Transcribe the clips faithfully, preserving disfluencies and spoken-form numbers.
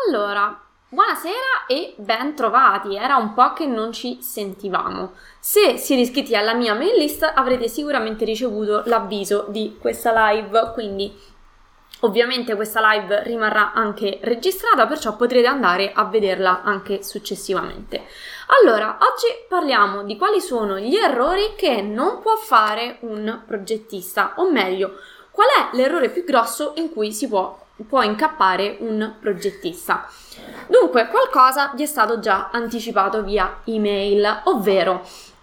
Allora, buonasera e ben trovati. Era un po' che non ci sentivamo. Se siete iscritti alla mia mail list avrete sicuramente ricevuto l'avviso di questa live, quindi ovviamente questa live rimarrà anche registrata, perciò potrete andare a vederla anche successivamente. Allora, oggi parliamo di quali sono gli errori che non può fare un progettista, o meglio, qual è l'errore più grosso in cui si può può incappare un progettista. Dunque, qualcosa vi è stato già anticipato via email, ovvero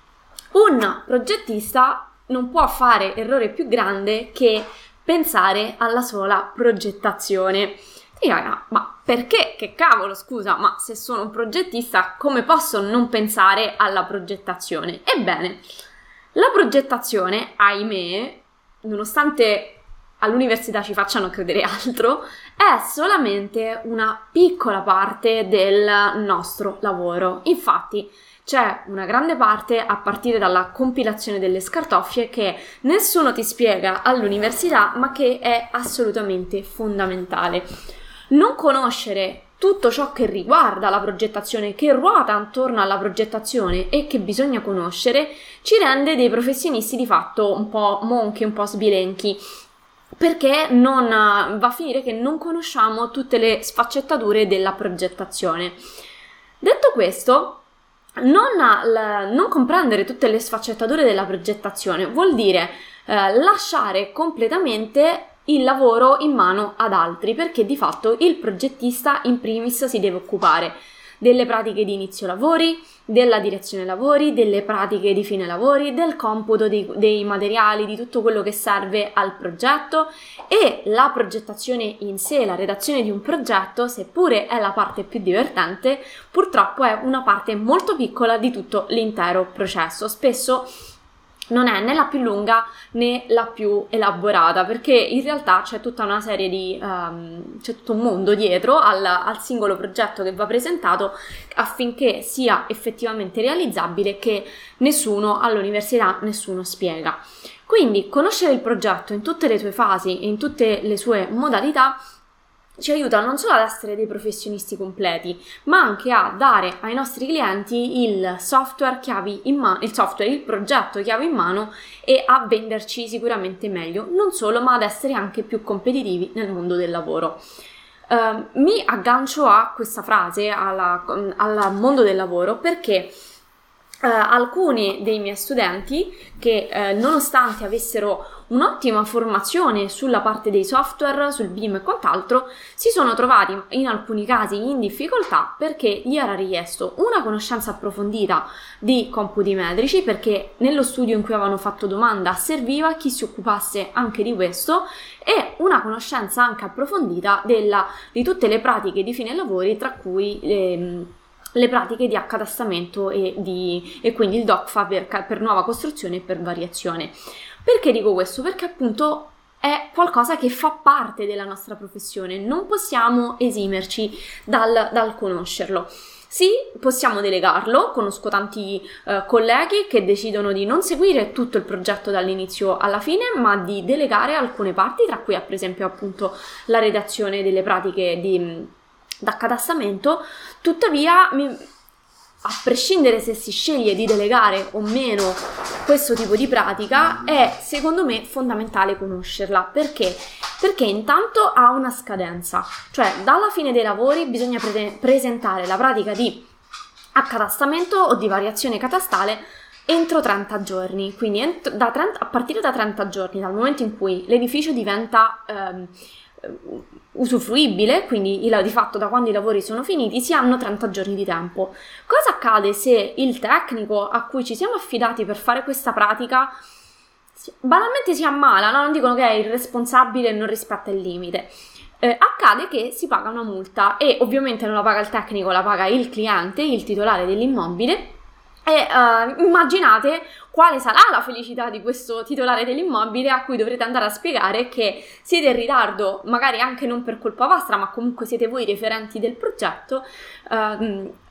un progettista non può fare errore più grande che pensare alla sola progettazione. E raga, ma perché? Che cavolo, scusa, ma se sono un progettista come posso non pensare alla progettazione? Ebbene, la progettazione, ahimè, nonostante all'università ci facciano credere altro, è solamente una piccola parte del nostro lavoro. Infatti c'è una grande parte a partire dalla compilazione delle scartoffie che nessuno ti spiega all'università, ma che è assolutamente fondamentale. Non conoscere tutto ciò che riguarda la progettazione, che ruota attorno alla progettazione e che bisogna conoscere, ci rende dei professionisti di fatto un po' monchi, un po' sbilenchi, perché non va a finire che non conosciamo tutte le sfaccettature della progettazione. Detto questo, non, non comprendere tutte le sfaccettature della progettazione vuol dire eh, lasciare completamente il lavoro in mano ad altri, perché di fatto il progettista in primis si deve occupare delle pratiche di inizio lavori, della direzione lavori, delle pratiche di fine lavori, del computo dei, dei materiali, di tutto quello che serve al progetto, e la progettazione in sé, la redazione di un progetto, seppure è la parte più divertente, purtroppo è una parte molto piccola di tutto l'intero processo. Spesso non è né la più lunga né la più elaborata, perché in realtà c'è tutta una serie di um, c'è tutto un mondo dietro al, al singolo progetto che va presentato affinché sia effettivamente realizzabile, che nessuno all'università nessuno spiega. Quindi conoscere il progetto in tutte le sue fasi e in tutte le sue modalità ci aiuta non solo ad essere dei professionisti completi, ma anche a dare ai nostri clienti il software chiavi in mano, il software, il progetto chiavi in mano, e a venderci sicuramente meglio, non solo, ma ad essere anche più competitivi nel mondo del lavoro. Uh, mi aggancio a questa frase, alla, al mondo del lavoro, perché Uh, alcuni dei miei studenti che uh, nonostante avessero un'ottima formazione sulla parte dei software, sul B I M e quant'altro, si sono trovati in alcuni casi in difficoltà perché gli era richiesto una conoscenza approfondita di computi metrici, perché nello studio in cui avevano fatto domanda serviva chi si occupasse anche di questo, e una conoscenza anche approfondita della, di tutte le pratiche di fine lavori, tra cui ehm, le pratiche di accatastamento e, di, e quindi il D O C F A per, per nuova costruzione e per variazione. Perché dico questo? Perché appunto è qualcosa che fa parte della nostra professione, non possiamo esimerci dal, dal conoscerlo. Sì, possiamo delegarlo, conosco tanti eh, colleghi che decidono di non seguire tutto il progetto dall'inizio alla fine, ma di delegare alcune parti, tra cui per esempio appunto la redazione delle pratiche di d'accatastamento. Tuttavia, mi, a prescindere se si sceglie di delegare o meno questo tipo di pratica, è secondo me fondamentale conoscerla. Perché? Perché intanto ha una scadenza, cioè dalla fine dei lavori bisogna pre- presentare la pratica di accatastamento o di variazione catastale entro trenta giorni, quindi ent- da trenta, a partire da trenta giorni, dal momento in cui l'edificio diventa ehm, usufruibile, quindi il, di fatto da quando i lavori sono finiti si hanno trenta giorni di tempo. Cosa accade se il tecnico a cui ci siamo affidati per fare questa pratica banalmente si ammala, no? Non dicono che è irresponsabile e non rispetta il limite. Eh, accade che si paga una multa, e ovviamente non la paga il tecnico, la paga il cliente, il titolare dell'immobile. E uh, immaginate quale sarà la felicità di questo titolare dell'immobile, a cui dovrete andare a spiegare che siete in ritardo, magari anche non per colpa vostra, ma comunque siete voi i referenti del progetto, uh,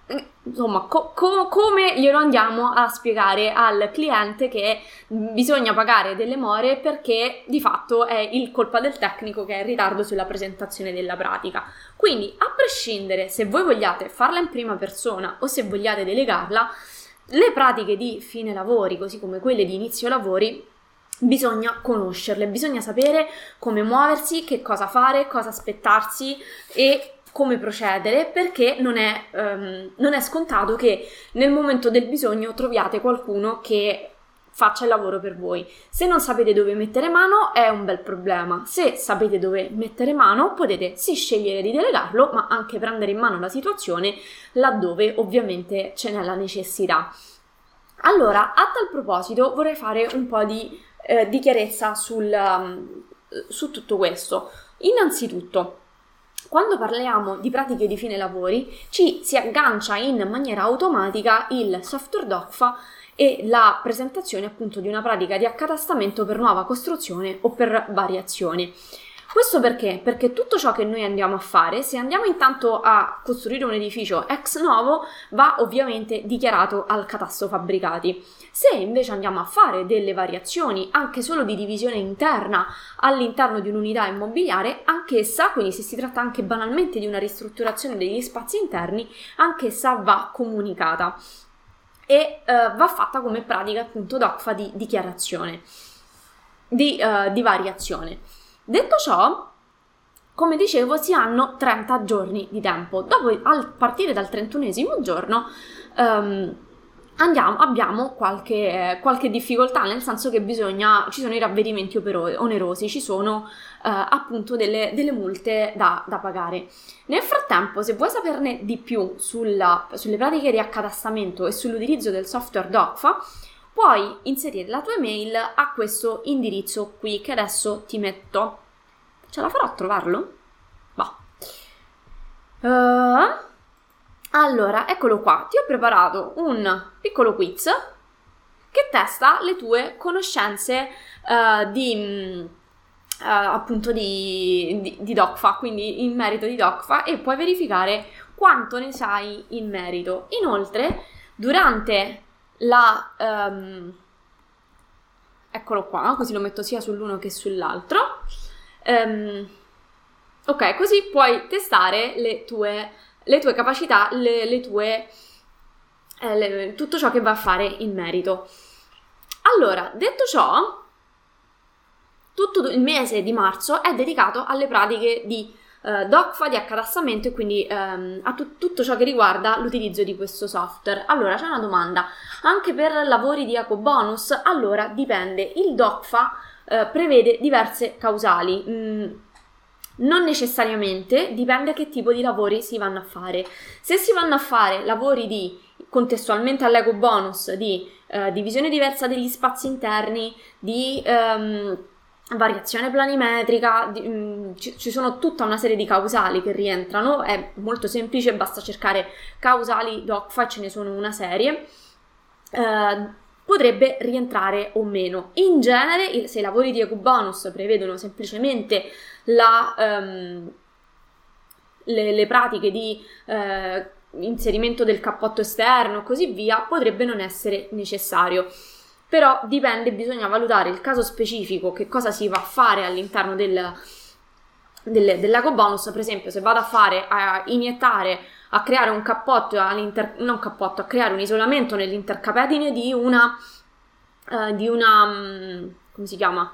insomma, co- co- come glielo andiamo a spiegare al cliente che bisogna pagare delle more perché di fatto è il colpa del tecnico che è in ritardo sulla presentazione della pratica. Quindi, a prescindere se voi vogliate farla in prima persona o se vogliate delegarla, le pratiche di fine lavori, così come quelle di inizio lavori, bisogna conoscerle, bisogna sapere come muoversi, che cosa fare, cosa aspettarsi e come procedere, perché non è, um, non è scontato che nel momento del bisogno troviate qualcuno che faccia il lavoro per voi. Se non sapete dove mettere mano è un bel problema. Se sapete dove mettere mano potete sì scegliere di delegarlo, ma anche prendere in mano la situazione laddove ovviamente ce n'è la necessità. Allora, a tal proposito vorrei fare un po' di, eh, di chiarezza sul, um, su tutto questo. Innanzitutto, quando parliamo di pratiche di fine lavori, ci si aggancia in maniera automatica il software DOCFA e la presentazione appunto di una pratica di accatastamento per nuova costruzione o per variazioni. Questo perché? Perché tutto ciò che noi andiamo a fare, se andiamo intanto a costruire un edificio ex novo, va ovviamente dichiarato al catasto fabbricati. Se invece andiamo a fare delle variazioni, anche solo di divisione interna all'interno di un'unità immobiliare, anch'essa, quindi se si tratta anche banalmente di una ristrutturazione degli spazi interni, anch'essa va comunicata e uh, va fatta come pratica appunto DOCFA di dichiarazione, di, uh, di variazione. Detto ciò, come dicevo, si hanno trenta giorni di tempo. Dopo, a partire dal trentunesimo giorno, um, andiamo, abbiamo qualche, eh, qualche difficoltà, nel senso che bisogna, ci sono i ravvedimenti onerosi, ci sono uh, appunto delle, delle multe da, da pagare. Nel frattempo, se vuoi saperne di più sulla, sulle pratiche di accatastamento e sull'utilizzo del software DOCFA, puoi inserire la tua email a questo indirizzo qui che adesso ti metto. Ce la farò a trovarlo? Bah. Uh, allora, eccolo qua. Ti ho preparato un piccolo quiz che testa le tue conoscenze uh, di, uh, appunto di, di, di DOCFA, quindi in merito di DOCFA, e puoi verificare quanto ne sai in merito. Inoltre, durante la um, eccolo qua, così lo metto sia sull'uno che sull'altro. Um, ok, così puoi testare le tue, le tue capacità, le, le tue eh, le, tutto ciò che va a fare in merito. Allora, detto ciò, tutto il mese di marzo è dedicato alle pratiche di Uh, DOCFA, di accatastamento e quindi um, a tu- tutto ciò che riguarda l'utilizzo di questo software. Allora, c'è una domanda, anche per lavori di ecobonus? Allora, dipende, il DOCFA uh, prevede diverse causali, mm, non necessariamente, dipende che tipo di lavori si vanno a fare. Se si vanno a fare lavori di, contestualmente all'ecobonus, di uh, divisione diversa degli spazi interni, di um, variazione planimetrica, di, mh, ci, ci sono tutta una serie di causali che rientrano, è molto semplice, basta cercare causali DOCFA, ce ne sono una serie, eh, potrebbe rientrare o meno. In genere, il, se i lavori di ecobonus prevedono semplicemente la, um, le, le pratiche di eh, inserimento del cappotto esterno e così via, potrebbe non essere necessario. Però dipende, bisogna valutare il caso specifico, che cosa si va a fare all'interno del, del, dell'ecobonus. Per esempio, se vado a fare, a iniettare, a creare un cappotto, all'inter, non cappotto, a creare un isolamento nell'intercapedine di una, uh, di una, um, come si chiama?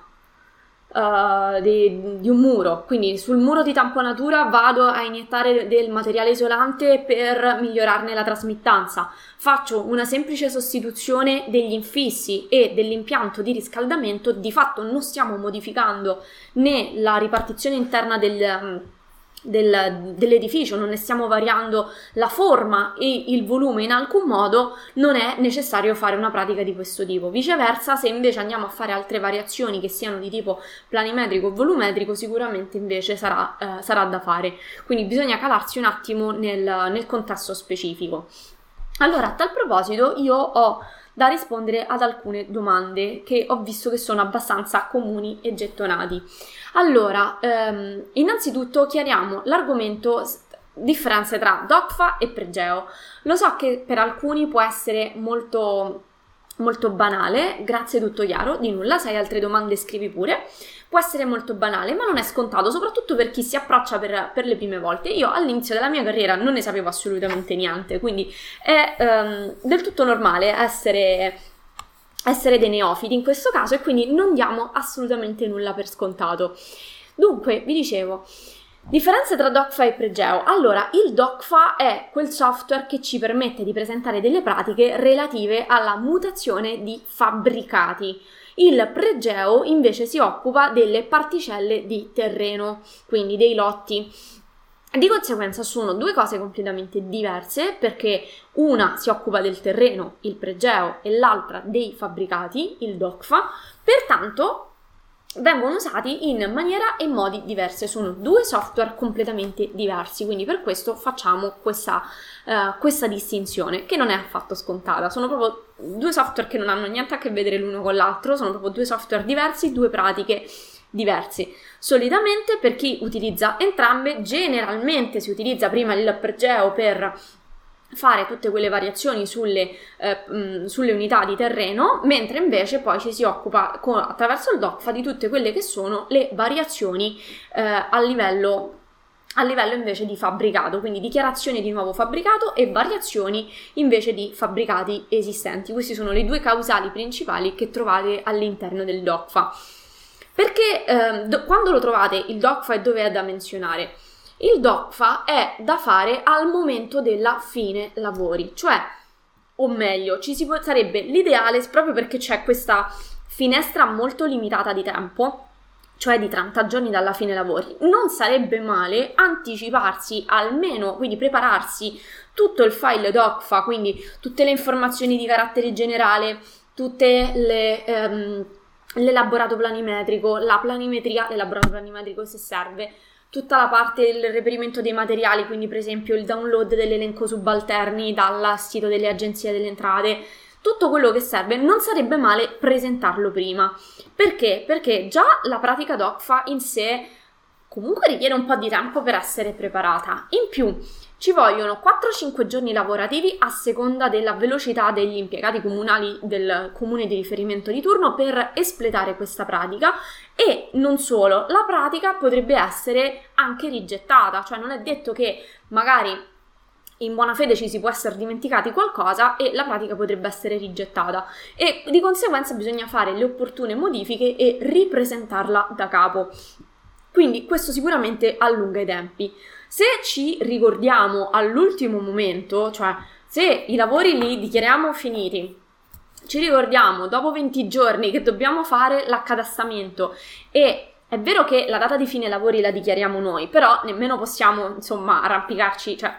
Uh, di, di un muro, quindi sul muro di tamponatura vado a iniettare del materiale isolante per migliorarne la trasmittanza, faccio una semplice sostituzione degli infissi e dell'impianto di riscaldamento, di fatto non stiamo modificando né la ripartizione interna del Del, dell'edificio, non ne stiamo variando la forma e il volume in alcun modo, non è necessario fare una pratica di questo tipo. Viceversa, se invece andiamo a fare altre variazioni che siano di tipo planimetrico o volumetrico, sicuramente invece sarà, eh, sarà da fare. Quindi bisogna calarsi un attimo nel, nel contesto specifico. Allora, a tal proposito, io ho da rispondere ad alcune domande che ho visto che sono abbastanza comuni e gettonati. Allora, ehm, innanzitutto chiariamo l'argomento differenze tra DOCFA e pregeo. Lo so che per alcuni può essere molto, molto banale, grazie tutto chiaro, di nulla, se hai altre domande scrivi pure. Può essere molto banale, ma non è scontato, soprattutto per chi si approccia per, per le prime volte. Io all'inizio della mia carriera non ne sapevo assolutamente niente, quindi è um, del tutto normale essere, essere dei neofiti in questo caso, e quindi non diamo assolutamente nulla per scontato. Dunque, vi dicevo, differenze tra DOCFA e pregeo. Allora, il DOCFA è quel software che ci permette di presentare delle pratiche relative alla mutazione di fabbricati. Il pregeo invece si occupa delle particelle di terreno, quindi dei lotti. Di conseguenza sono due cose completamente diverse, perché una si occupa del terreno, il pregeo, e l'altra dei fabbricati, il DOCFA. Pertanto vengono usati in maniera e modi diverse, sono due software completamente diversi, quindi per questo facciamo questa, uh, questa distinzione, che non è affatto scontata. Sono proprio due software che non hanno niente a che vedere l'uno con l'altro, sono proprio due software diversi, due pratiche diverse. Solitamente, per chi utilizza entrambe, generalmente si utilizza prima il pregeo per fare tutte quelle variazioni sulle, eh, mh, sulle unità di terreno, mentre invece poi ci si occupa con, attraverso il DOCFA di tutte quelle che sono le variazioni eh, a livello a livello invece di fabbricato, quindi dichiarazioni di nuovo fabbricato e variazioni invece di fabbricati esistenti. Questi sono le due causali principali che trovate all'interno del DOCFA. Perché eh, do, quando lo trovate il DOCFA e dove è da menzionare? Il DOCFA è da fare al momento della fine lavori, cioè, o meglio, ci si può, sarebbe l'ideale proprio perché c'è questa finestra molto limitata di tempo, cioè di trenta giorni dalla fine lavori. Non sarebbe male anticiparsi almeno, quindi prepararsi tutto il file DOCFA, quindi tutte le informazioni di carattere generale, tutte le... Um, l'elaborato planimetrico, la planimetria dell'elaborato planimetrico se serve, tutta la parte del reperimento dei materiali, quindi per esempio il download dell'elenco subalterni dal sito delle agenzie delle entrate, tutto quello che serve, non sarebbe male presentarlo prima. Perché? Perché già la pratica DOCFA in sé comunque richiede un po' di tempo per essere preparata. In più ci vogliono quattro cinque giorni lavorativi a seconda della velocità degli impiegati comunali del comune di riferimento di turno per espletare questa pratica, e non solo, la pratica potrebbe essere anche rigettata, cioè non è detto che magari in buona fede ci si può essere dimenticati qualcosa e la pratica potrebbe essere rigettata, e di conseguenza bisogna fare le opportune modifiche e ripresentarla da capo. Quindi questo sicuramente allunga i tempi. Se ci ricordiamo all'ultimo momento, cioè se i lavori li dichiariamo finiti, ci ricordiamo dopo venti giorni che dobbiamo fare l'accatastamento, e è vero che la data di fine lavori la dichiariamo noi, però nemmeno possiamo, insomma, arrampicarci, cioè,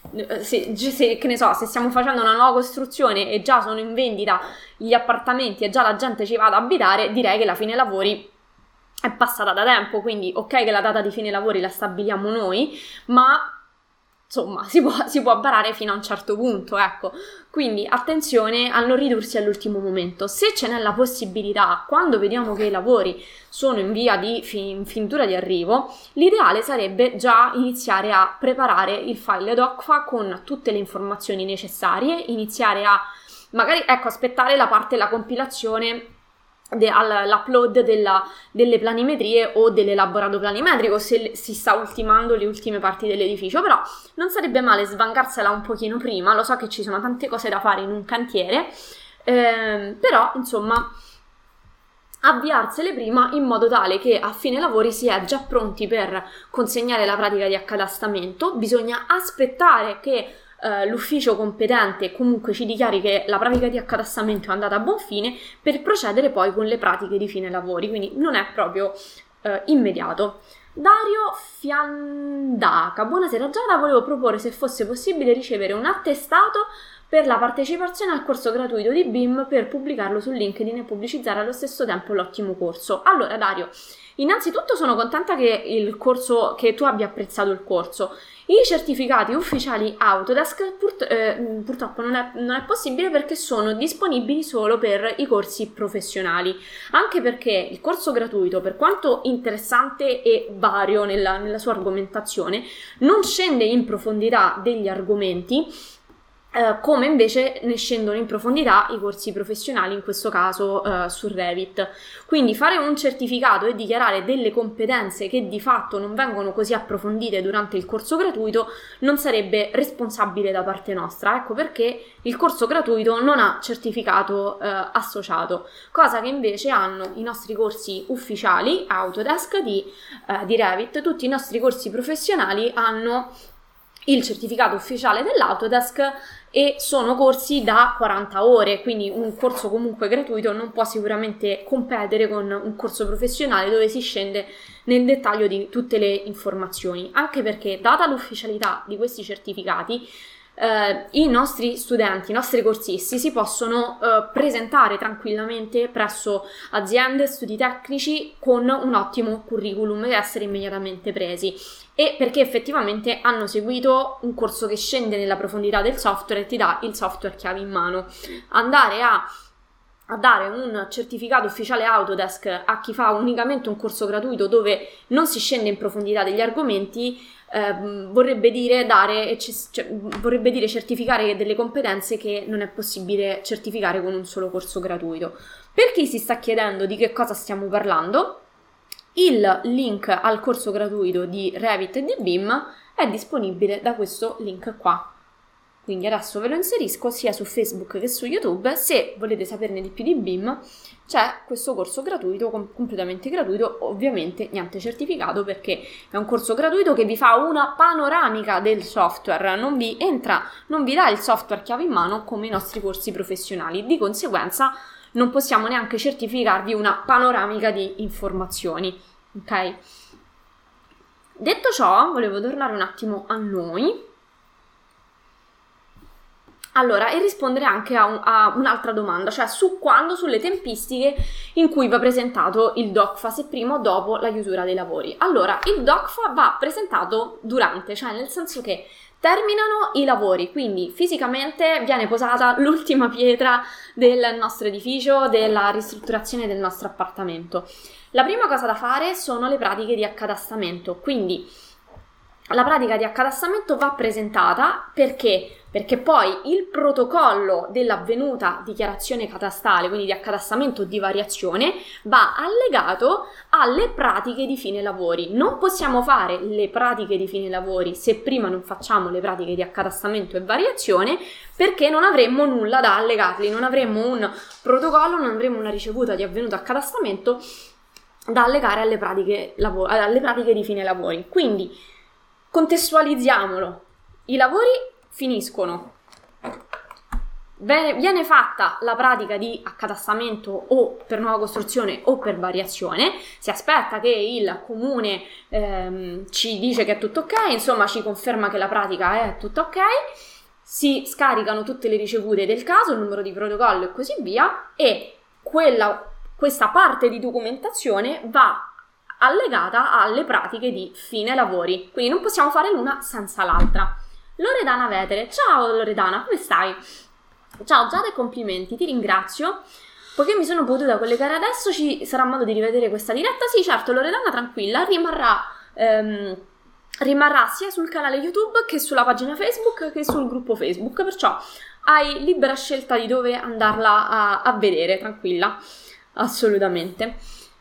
se, se, che ne so, se stiamo facendo una nuova costruzione e già sono in vendita gli appartamenti e già la gente ci va ad abitare, direi che la fine lavori è passata da tempo. Quindi ok che la data di fine lavori la stabiliamo noi, ma insomma si può, si può barare fino a un certo punto, ecco. Quindi attenzione a non ridursi all'ultimo momento. Se ce n'è la possibilità, quando vediamo che i lavori sono in via di fin- finitura di arrivo, l'ideale sarebbe già iniziare a preparare il file DOCFA con tutte le informazioni necessarie, iniziare a magari, ecco, aspettare la parte della compilazione, De, all'upload della, delle planimetrie o dell'elaborato planimetrico, se le, si sta ultimando le ultime parti dell'edificio. Però non sarebbe male svangarsela un pochino prima. Lo so che ci sono tante cose da fare in un cantiere, ehm, però insomma avviarsele prima in modo tale che a fine lavori si è già pronti per consegnare la pratica di accatastamento. Bisogna aspettare che Uh, l'ufficio competente comunque ci dichiari che la pratica di accatastamento è andata a buon fine per procedere poi con le pratiche di fine lavori, quindi non è proprio uh, immediato. Dario Fiandaca, buonasera Giada, volevo proporre se fosse possibile ricevere un attestato per la partecipazione al corso gratuito di B I M per pubblicarlo su LinkedIn e pubblicizzare allo stesso tempo l'ottimo corso. Allora Dario, innanzitutto sono contenta che il corso, che tu abbia apprezzato il corso. I certificati ufficiali Autodesk pur, eh, purtroppo non è, non è possibile perché sono disponibili solo per i corsi professionali, anche perché il corso gratuito, per quanto interessante e vario nella, nella sua argomentazione, non scende in profondità degli argomenti Uh, come invece ne scendono in profondità i corsi professionali, in questo caso uh, su Revit. Quindi fare un certificato e dichiarare delle competenze che di fatto non vengono così approfondite durante il corso gratuito non sarebbe responsabile da parte nostra. Ecco perché il corso gratuito non ha certificato uh, associato, cosa che invece hanno i nostri corsi ufficiali Autodesk di, uh, di Revit. Tutti i nostri corsi professionali hanno il certificato ufficiale dell'Autodesk e sono corsi da quaranta ore, quindi un corso comunque gratuito non può sicuramente competere con un corso professionale dove si scende nel dettaglio di tutte le informazioni, anche perché data l'ufficialità di questi certificati Uh, i nostri studenti, i nostri corsisti si possono uh, presentare tranquillamente presso aziende, studi tecnici con un ottimo curriculum ed essere immediatamente presi, e perché effettivamente hanno seguito un corso che scende nella profondità del software e ti dà il software chiave in mano. Andare a a dare un certificato ufficiale Autodesk a chi fa unicamente un corso gratuito dove non si scende in profondità degli argomenti eh, vorrebbe dire dare cioè, vorrebbe dire certificare delle competenze che non è possibile certificare con un solo corso gratuito. Per chi si sta chiedendo di che cosa stiamo parlando, il link al corso gratuito di Revit e di B I M è disponibile da questo link qua. Quindi adesso ve lo inserisco sia su Facebook che su YouTube. Se volete saperne di più di B I M, c'è questo corso gratuito, completamente gratuito, ovviamente niente certificato perché è un corso gratuito che vi fa una panoramica del software, non vi entra, non vi dà il software chiave in mano come i nostri corsi professionali, di conseguenza non possiamo neanche certificarvi una panoramica di informazioni, ok? Detto ciò, volevo tornare un attimo a noi. Allora, e rispondere anche a, un, a un'altra domanda, cioè su quando, sulle tempistiche in cui va presentato il DOCFA, se prima o dopo la chiusura dei lavori. Allora, il DOCFA va presentato durante, cioè nel senso che terminano i lavori, quindi fisicamente viene posata l'ultima pietra del nostro edificio, della ristrutturazione del nostro appartamento. La prima cosa da fare sono le pratiche di accatastamento, quindi la pratica di accatastamento va presentata perché? Perché poi il protocollo dell'avvenuta dichiarazione catastale, quindi di accatastamento o di variazione, va allegato alle pratiche di fine lavori. Non possiamo fare le pratiche di fine lavori se prima non facciamo le pratiche di accatastamento e variazione, perché non avremmo nulla da allegarli, non avremmo un protocollo, non avremmo una ricevuta di avvenuto accatastamento da allegare alle pratiche, lav- alle pratiche di fine lavori. Quindi contestualizziamolo, i lavori finiscono, viene fatta la pratica di accatastamento o per nuova costruzione o per variazione, si aspetta che il comune ehm, ci dice che è tutto ok, insomma ci conferma che la pratica è tutto ok, si scaricano tutte le ricevute del caso, il numero di protocollo e così via, e quella, questa parte di documentazione va allegata alle pratiche di fine lavori, quindi non possiamo fare l'una senza l'altra. Loredana Vetere, ciao Loredana, come stai? Ciao Giada e complimenti, ti ringrazio, poiché mi sono potuta collegare adesso, ci sarà modo di rivedere questa diretta. Sì, certo Loredana, tranquilla, rimarrà ehm, rimarrà sia sul canale YouTube che sulla pagina Facebook che sul gruppo Facebook, perciò hai libera scelta di dove andarla a, a vedere, tranquilla, assolutamente.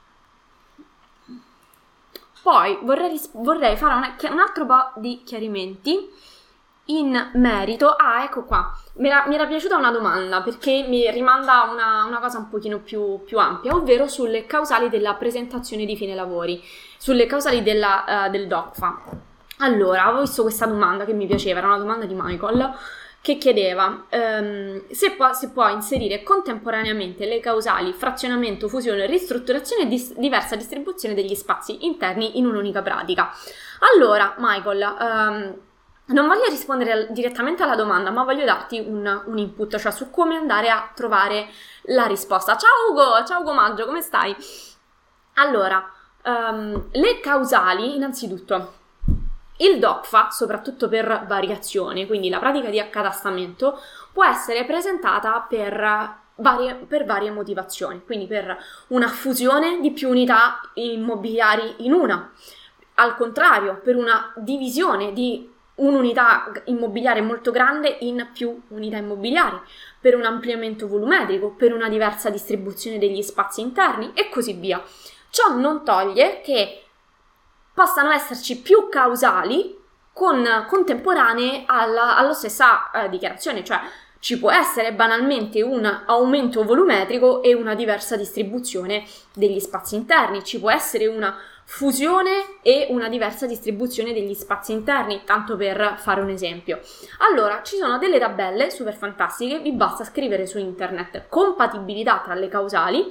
Poi vorrei, vorrei fare una, un altro po' di chiarimenti in merito. Ah, ecco qua, mi era, mi era piaciuta una domanda perché mi rimanda a una, una cosa un pochino più, più ampia, ovvero sulle causali della presentazione di fine lavori, sulle causali della, uh, del DOCFA. Allora, avevo visto questa domanda che mi piaceva, era una domanda di Michael, che chiedeva um, se, può, se può inserire contemporaneamente le causali frazionamento, fusione, ristrutturazione e dis- diversa distribuzione degli spazi interni in un'unica pratica. Allora, Michael, um, non voglio rispondere al- direttamente alla domanda, ma voglio darti un, un input, cioè su come andare a trovare la risposta. Ciao Ugo, ciao Ugo Maggio, come stai? Allora, ehm, le causali, innanzitutto, il DOCFA, soprattutto per variazione, quindi la pratica di accatastamento, può essere presentata per varie, per varie motivazioni, quindi per una fusione di più unità immobiliari in una, al contrario, per una divisione di un'unità immobiliare molto grande in più unità immobiliari, per un ampliamento volumetrico, per una diversa distribuzione degli spazi interni e così via. Ciò non toglie che possano esserci più causali con, contemporanee alla, alla stessa eh, dichiarazione, cioè ci può essere banalmente un aumento volumetrico e una diversa distribuzione degli spazi interni, ci può essere una fusione e una diversa distribuzione degli spazi interni, tanto per fare un esempio. Allora, ci sono delle tabelle super fantastiche, vi basta scrivere su internet compatibilità tra le causali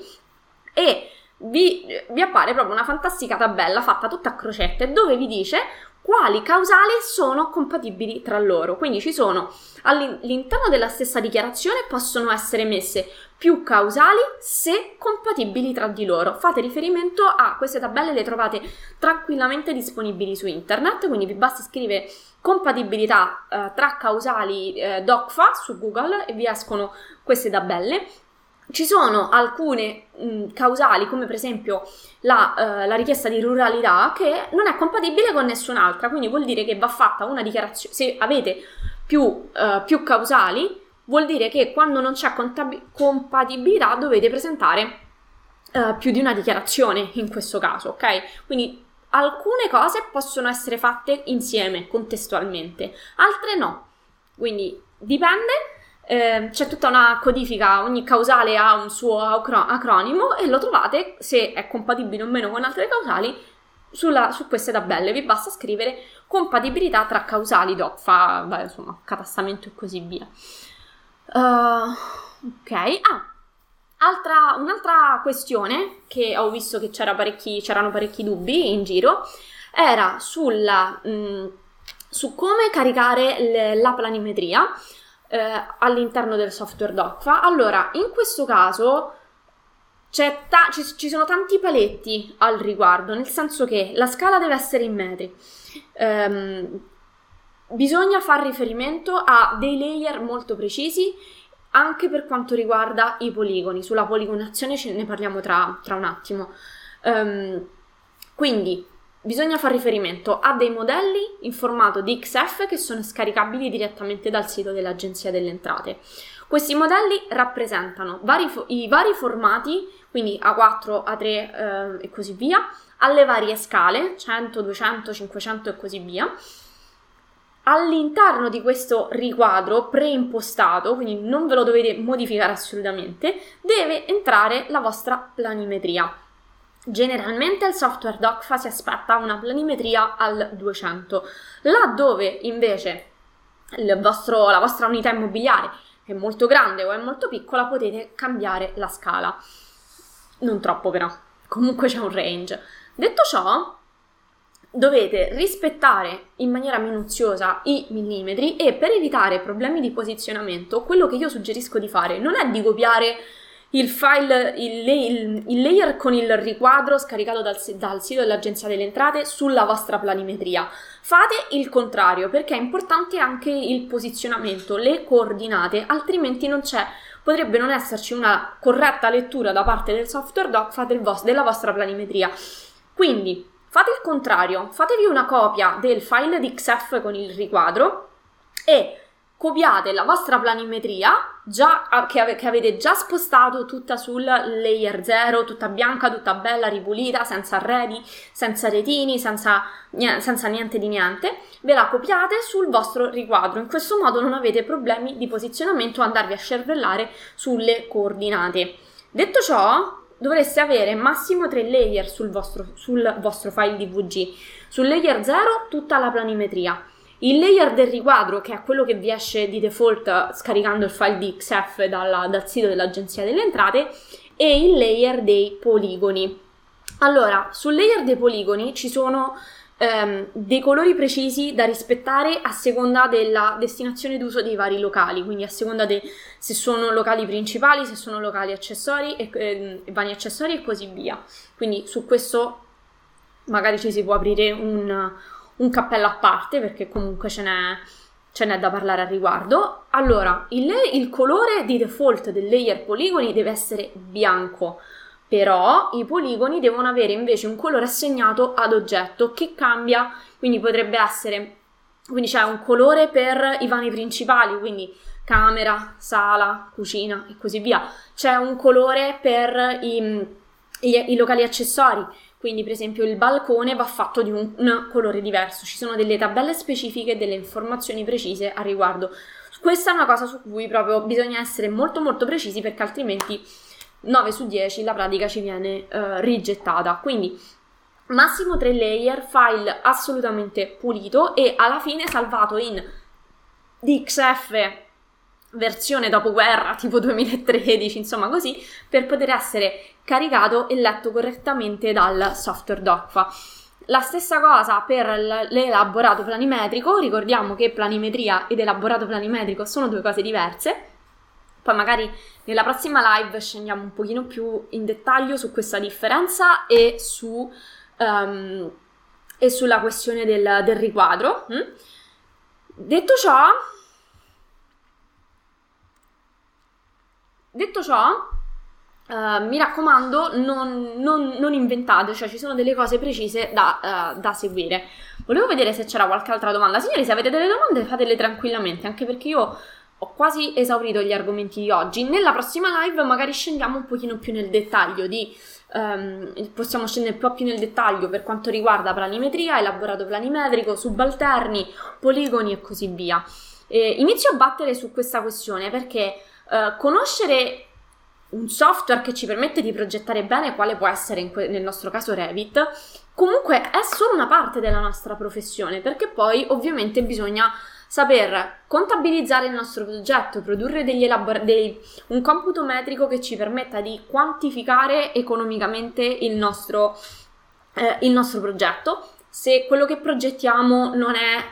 e vi, vi appare proprio una fantastica tabella fatta tutta a crocette dove vi dice quali causali sono compatibili tra loro. Quindi ci sono all'interno della stessa dichiarazione possono essere messe più causali se compatibili tra di loro. Fate riferimento a queste tabelle, le trovate tranquillamente disponibili su internet, quindi vi basta scrivere compatibilità eh, tra causali eh, DOCFA su Google e vi escono queste tabelle. Ci sono alcune mh, causali, come per esempio la, uh, la richiesta di ruralità, che non è compatibile con nessun'altra, quindi vuol dire che va fatta una dichiarazione. Se avete più, uh, più causali, vuol dire che quando non c'è contab- compatibilità dovete presentare uh, più di una dichiarazione in questo caso, ok? Quindi alcune cose possono essere fatte insieme, contestualmente, altre no, quindi dipende. Eh, c'è tutta una codifica, ogni causale ha un suo acro- acronimo e lo trovate, se è compatibile o meno con altre causali, sulla, su queste tabelle. Vi basta scrivere compatibilità tra causali DOCFA, beh, insomma, catastamento e così via. Uh, ok, ah, altra, un'altra questione che ho visto che c'era parecchi, c'erano parecchi dubbi in giro era sulla, mh, su come caricare le, la planimetria Eh, all'interno del software DOCFA. Allora, in questo caso c'è ta- ci, ci sono tanti paletti al riguardo, nel senso che la scala deve essere in metri, ehm, bisogna far riferimento a dei layer molto precisi anche per quanto riguarda i poligoni. Sulla poligonazione ce ne parliamo tra, tra un attimo. Ehm, quindi bisogna far riferimento a dei modelli in formato di X F che sono scaricabili direttamente dal sito dell'Agenzia delle Entrate. Questi modelli rappresentano vari fo- i vari formati, quindi A quattro, A tre eh, e così via, alle varie scale, cento, duecento, cinquecento e così via. All'interno di questo riquadro preimpostato, quindi non ve lo dovete modificare assolutamente, deve entrare la vostra planimetria. Generalmente il software DOCFA si aspetta una planimetria al duecento, laddove invece il vostro, la vostra unità immobiliare è molto grande o è molto piccola, potete cambiare la scala. Non troppo però, comunque c'è un range. Detto ciò, dovete rispettare in maniera minuziosa i millimetri e per evitare problemi di posizionamento, quello che io suggerisco di fare non è di copiare il file, il, il, il layer con il riquadro scaricato dal, dal sito dell'Agenzia delle Entrate sulla vostra planimetria. Fate il contrario, perché è importante anche il posizionamento, le coordinate, altrimenti non c'è, potrebbe non esserci una corretta lettura da parte del software DOCFA del vos- della vostra planimetria. Quindi fate il contrario, fatevi una copia del file di X F con il riquadro e copiate la vostra planimetria già, che, ave, che avete già spostato tutta sul layer zero, tutta bianca, tutta bella, ripulita, senza arredi, senza retini, senza, senza niente di niente. Ve la copiate sul vostro riquadro. In questo modo non avete problemi di posizionamento o andarvi a scervellare sulle coordinate. Detto ciò, dovreste avere massimo tre layer sul vostro, sul vostro file D V G. Sul layer zero tutta la planimetria. Il layer del riquadro, che è quello che vi esce di default scaricando il file di X F dalla, dal sito dell'Agenzia delle Entrate, e il layer dei poligoni. Allora, sul layer dei poligoni ci sono ehm, dei colori precisi da rispettare a seconda della destinazione d'uso dei vari locali, quindi a seconda di se sono locali principali, se sono locali accessori e eh, vani accessori e così via. Quindi su questo magari ci si può aprire un, un cappello a parte, perché comunque ce n'è, ce n'è da parlare al riguardo. Allora, il, il colore di default del layer poligoni deve essere bianco, però i poligoni devono avere invece un colore assegnato ad oggetto che cambia, quindi potrebbe essere, quindi c'è un colore per i vani principali, quindi camera, sala, cucina e così via. C'è un colore per i, i, i locali accessori, quindi per esempio il balcone va fatto di un, un colore diverso. Ci sono delle tabelle specifiche, delle informazioni precise a riguardo. Questa è una cosa su cui proprio bisogna essere molto molto precisi, perché altrimenti nove su dieci la pratica ci viene uh, rigettata. Quindi massimo tre layer, file assolutamente pulito e alla fine salvato in D X F versione dopoguerra tipo duemilatredici, insomma così, per poter essere caricato e letto correttamente dal software DOCFA. La stessa cosa per l'elaborato planimetrico. Ricordiamo che planimetria ed elaborato planimetrico sono due cose diverse. Poi magari nella prossima live scendiamo un pochino più in dettaglio su questa differenza e su um, e sulla questione del, del riquadro. Mm? Detto ciò, detto ciò, uh, mi raccomando, non, non, non inventate, cioè ci sono delle cose precise da, uh, da seguire. Volevo vedere se c'era qualche altra domanda. Signori, se avete delle domande fatele tranquillamente, anche perché io ho quasi esaurito gli argomenti di oggi. Nella prossima live magari scendiamo un pochino più nel dettaglio di um, possiamo scendere un po' più nel dettaglio per quanto riguarda planimetria, elaborato planimetrico, subalterni, poligoni e così via. E inizio a battere su questa questione perché uh, conoscere un software che ci permette di progettare bene, quale può essere in que- nel nostro caso Revit, comunque è solo una parte della nostra professione, perché poi ovviamente bisogna saper contabilizzare il nostro progetto, produrre degli elabor- dei, un computo metrico che ci permetta di quantificare economicamente il nostro, eh, il nostro progetto. Se quello che progettiamo non è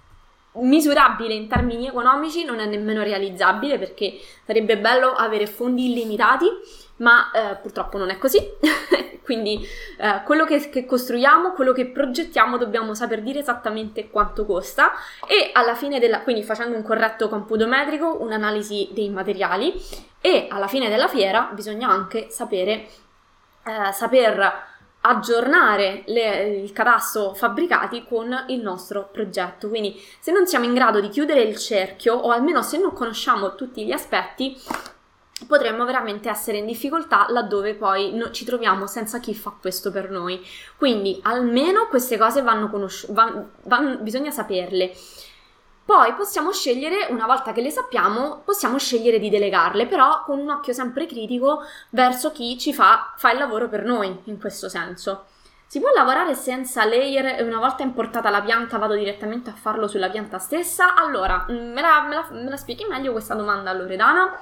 misurabile in termini economici, non è nemmeno realizzabile, perché sarebbe bello avere fondi illimitati, ma eh, purtroppo non è così. Quindi eh, quello che, che costruiamo, quello che progettiamo, dobbiamo saper dire esattamente quanto costa, e alla fine della, quindi facendo un corretto computo metrico, un'analisi dei materiali, e alla fine della fiera bisogna anche sapere eh, saper aggiornare le, il catasto fabbricati con il nostro progetto. Quindi se non siamo in grado di chiudere il cerchio, o almeno se non conosciamo tutti gli aspetti, potremmo veramente essere in difficoltà laddove poi no, ci troviamo senza chi fa questo per noi. Quindi almeno queste cose vanno conosci- van, van, bisogna saperle. Poi possiamo scegliere, una volta che le sappiamo, possiamo scegliere di delegarle, però con un occhio sempre critico verso chi ci fa, fa il lavoro per noi, in questo senso. Si può lavorare senza layer e una volta importata la pianta vado direttamente a farlo sulla pianta stessa? Allora, me la, me la, me la spieghi meglio questa domanda, Loredana?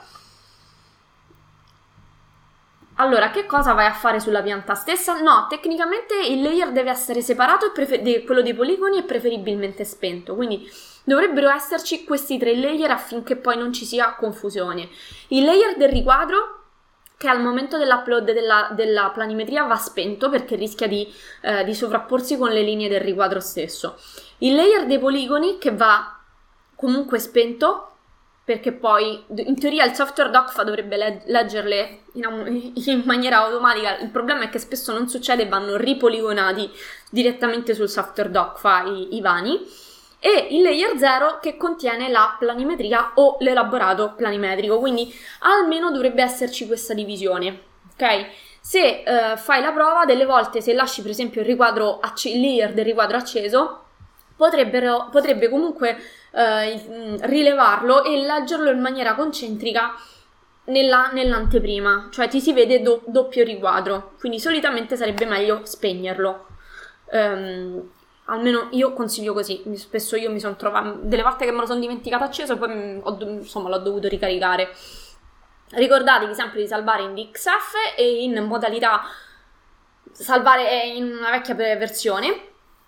Allora, che cosa vai a fare sulla pianta stessa? No, tecnicamente il layer deve essere separato, e prefer- de- quello dei poligoni è preferibilmente spento, quindi dovrebbero esserci questi tre layer affinché poi non ci sia confusione. Il layer del riquadro, che al momento dell'upload della, della planimetria va spento perché rischia di, eh, di sovrapporsi con le linee del riquadro stesso. Il layer dei poligoni, che va comunque spento, perché poi in teoria il software DOCFA dovrebbe leg- leggerle in, in maniera automatica. Il problema è che spesso non succede e vanno ripoligonati direttamente sul software DOCFA i, i vani. E il layer zero, che contiene la planimetria o l'elaborato planimetrico, quindi almeno dovrebbe esserci questa divisione, ok? Se eh, fai la prova, delle volte se lasci per esempio il riquadro acc- il layer del riquadro acceso, potrebbero, potrebbe comunque eh, rilevarlo e leggerlo in maniera concentrica nella, nell'anteprima, cioè ti si vede do, doppio riquadro, quindi solitamente sarebbe meglio spegnerlo. Um, almeno io consiglio così. Spesso io mi sono trovata, delle volte che me lo sono dimenticato acceso e poi ho, insomma l'ho dovuto ricaricare. Ricordatevi sempre di salvare in D X F e in modalità salvare in una vecchia versione.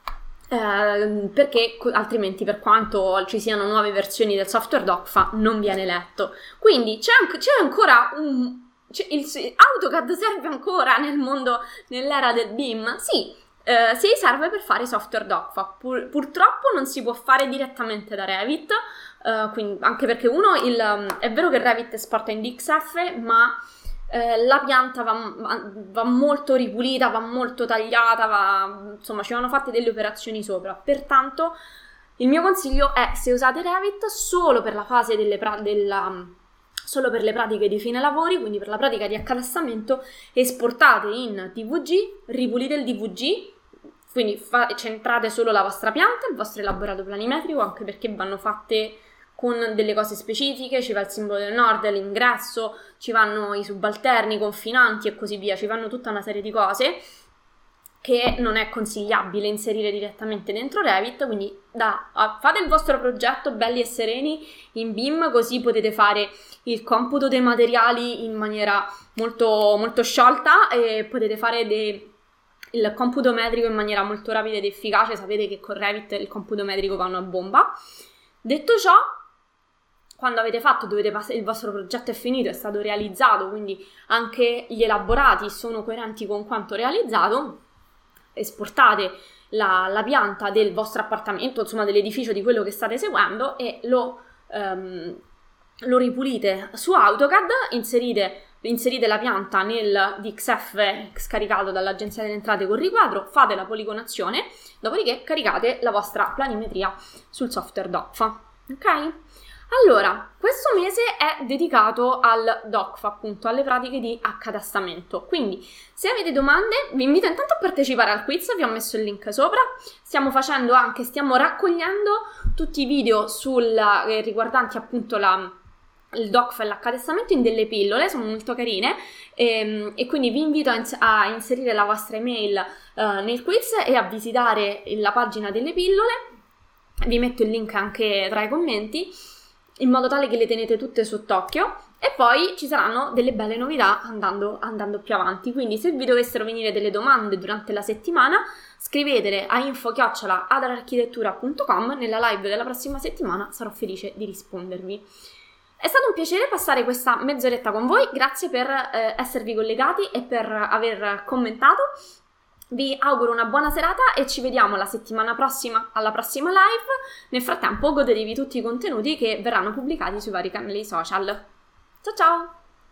eh, perché altrimenti, per quanto ci siano nuove versioni del software DocFA, non viene letto. Quindi c'è, an- c'è ancora un... C'è il, AutoCAD serve ancora nel mondo, nell'era del B I M? Sì, eh, sì, serve per fare software DocFA. Pur, purtroppo non si può fare direttamente da Revit, eh, quindi, anche perché uno, il, è vero che Revit esporta in D X F, ma Eh, la pianta va, va molto ripulita, va molto tagliata, va, insomma ci vanno fatte delle operazioni sopra. Pertanto il mio consiglio è, se usate Revit, solo per la fase delle pra- della, solo per le pratiche di fine lavori, quindi per la pratica di accatastamento, esportate in D V G, ripulite il D V G, quindi fa- centrate solo la vostra pianta, il vostro elaborato planimetrico, anche perché vanno fatte con delle cose specifiche, ci va il simbolo del nord, l'ingresso, ci vanno i subalterni, i confinanti e così via, ci vanno tutta una serie di cose che non è consigliabile inserire direttamente dentro Revit, quindi da, fate il vostro progetto belli e sereni in B I M, così potete fare il computo dei materiali in maniera molto, molto sciolta e potete fare dei, il computo metrico in maniera molto rapida ed efficace. Sapete che con Revit il computo metrico va una bomba. Detto ciò, quando avete fatto, dovete pass- il vostro progetto è finito, è stato realizzato, quindi anche gli elaborati sono coerenti con quanto realizzato, esportate la, la pianta del vostro appartamento, insomma dell'edificio, di quello che state seguendo, e lo, um, lo ripulite su AutoCAD, inserite, inserite la pianta nel D X F scaricato dall'Agenzia delle Entrate con riquadro, fate la poligonazione, dopodiché caricate la vostra planimetria sul software DocFA, ok? Allora, questo mese è dedicato al DocFA, appunto, alle pratiche di accatastamento. Quindi, se avete domande, vi invito intanto a partecipare al quiz, vi ho messo il link sopra. Stiamo facendo anche, stiamo raccogliendo tutti i video sul, eh, riguardanti appunto la, il DocFA e l'accatastamento in delle pillole, sono molto carine, e, e quindi vi invito a, ins- a inserire la vostra email eh, nel quiz e a visitare la pagina delle pillole. Vi metto il link anche tra i commenti, in modo tale che le tenete tutte sott'occhio, e poi ci saranno delle belle novità andando, andando più avanti. Quindi se vi dovessero venire delle domande durante la settimana, scrivetele a info chiocciola adararchitettura punto com, nella live della prossima settimana sarò felice di rispondervi. È stato un piacere passare questa mezz'oretta con voi, grazie per eh, esservi collegati e per aver commentato. Vi auguro una buona serata e ci vediamo la settimana prossima alla prossima live. Nel frattempo godetevi tutti i contenuti che verranno pubblicati sui vari canali social. Ciao ciao!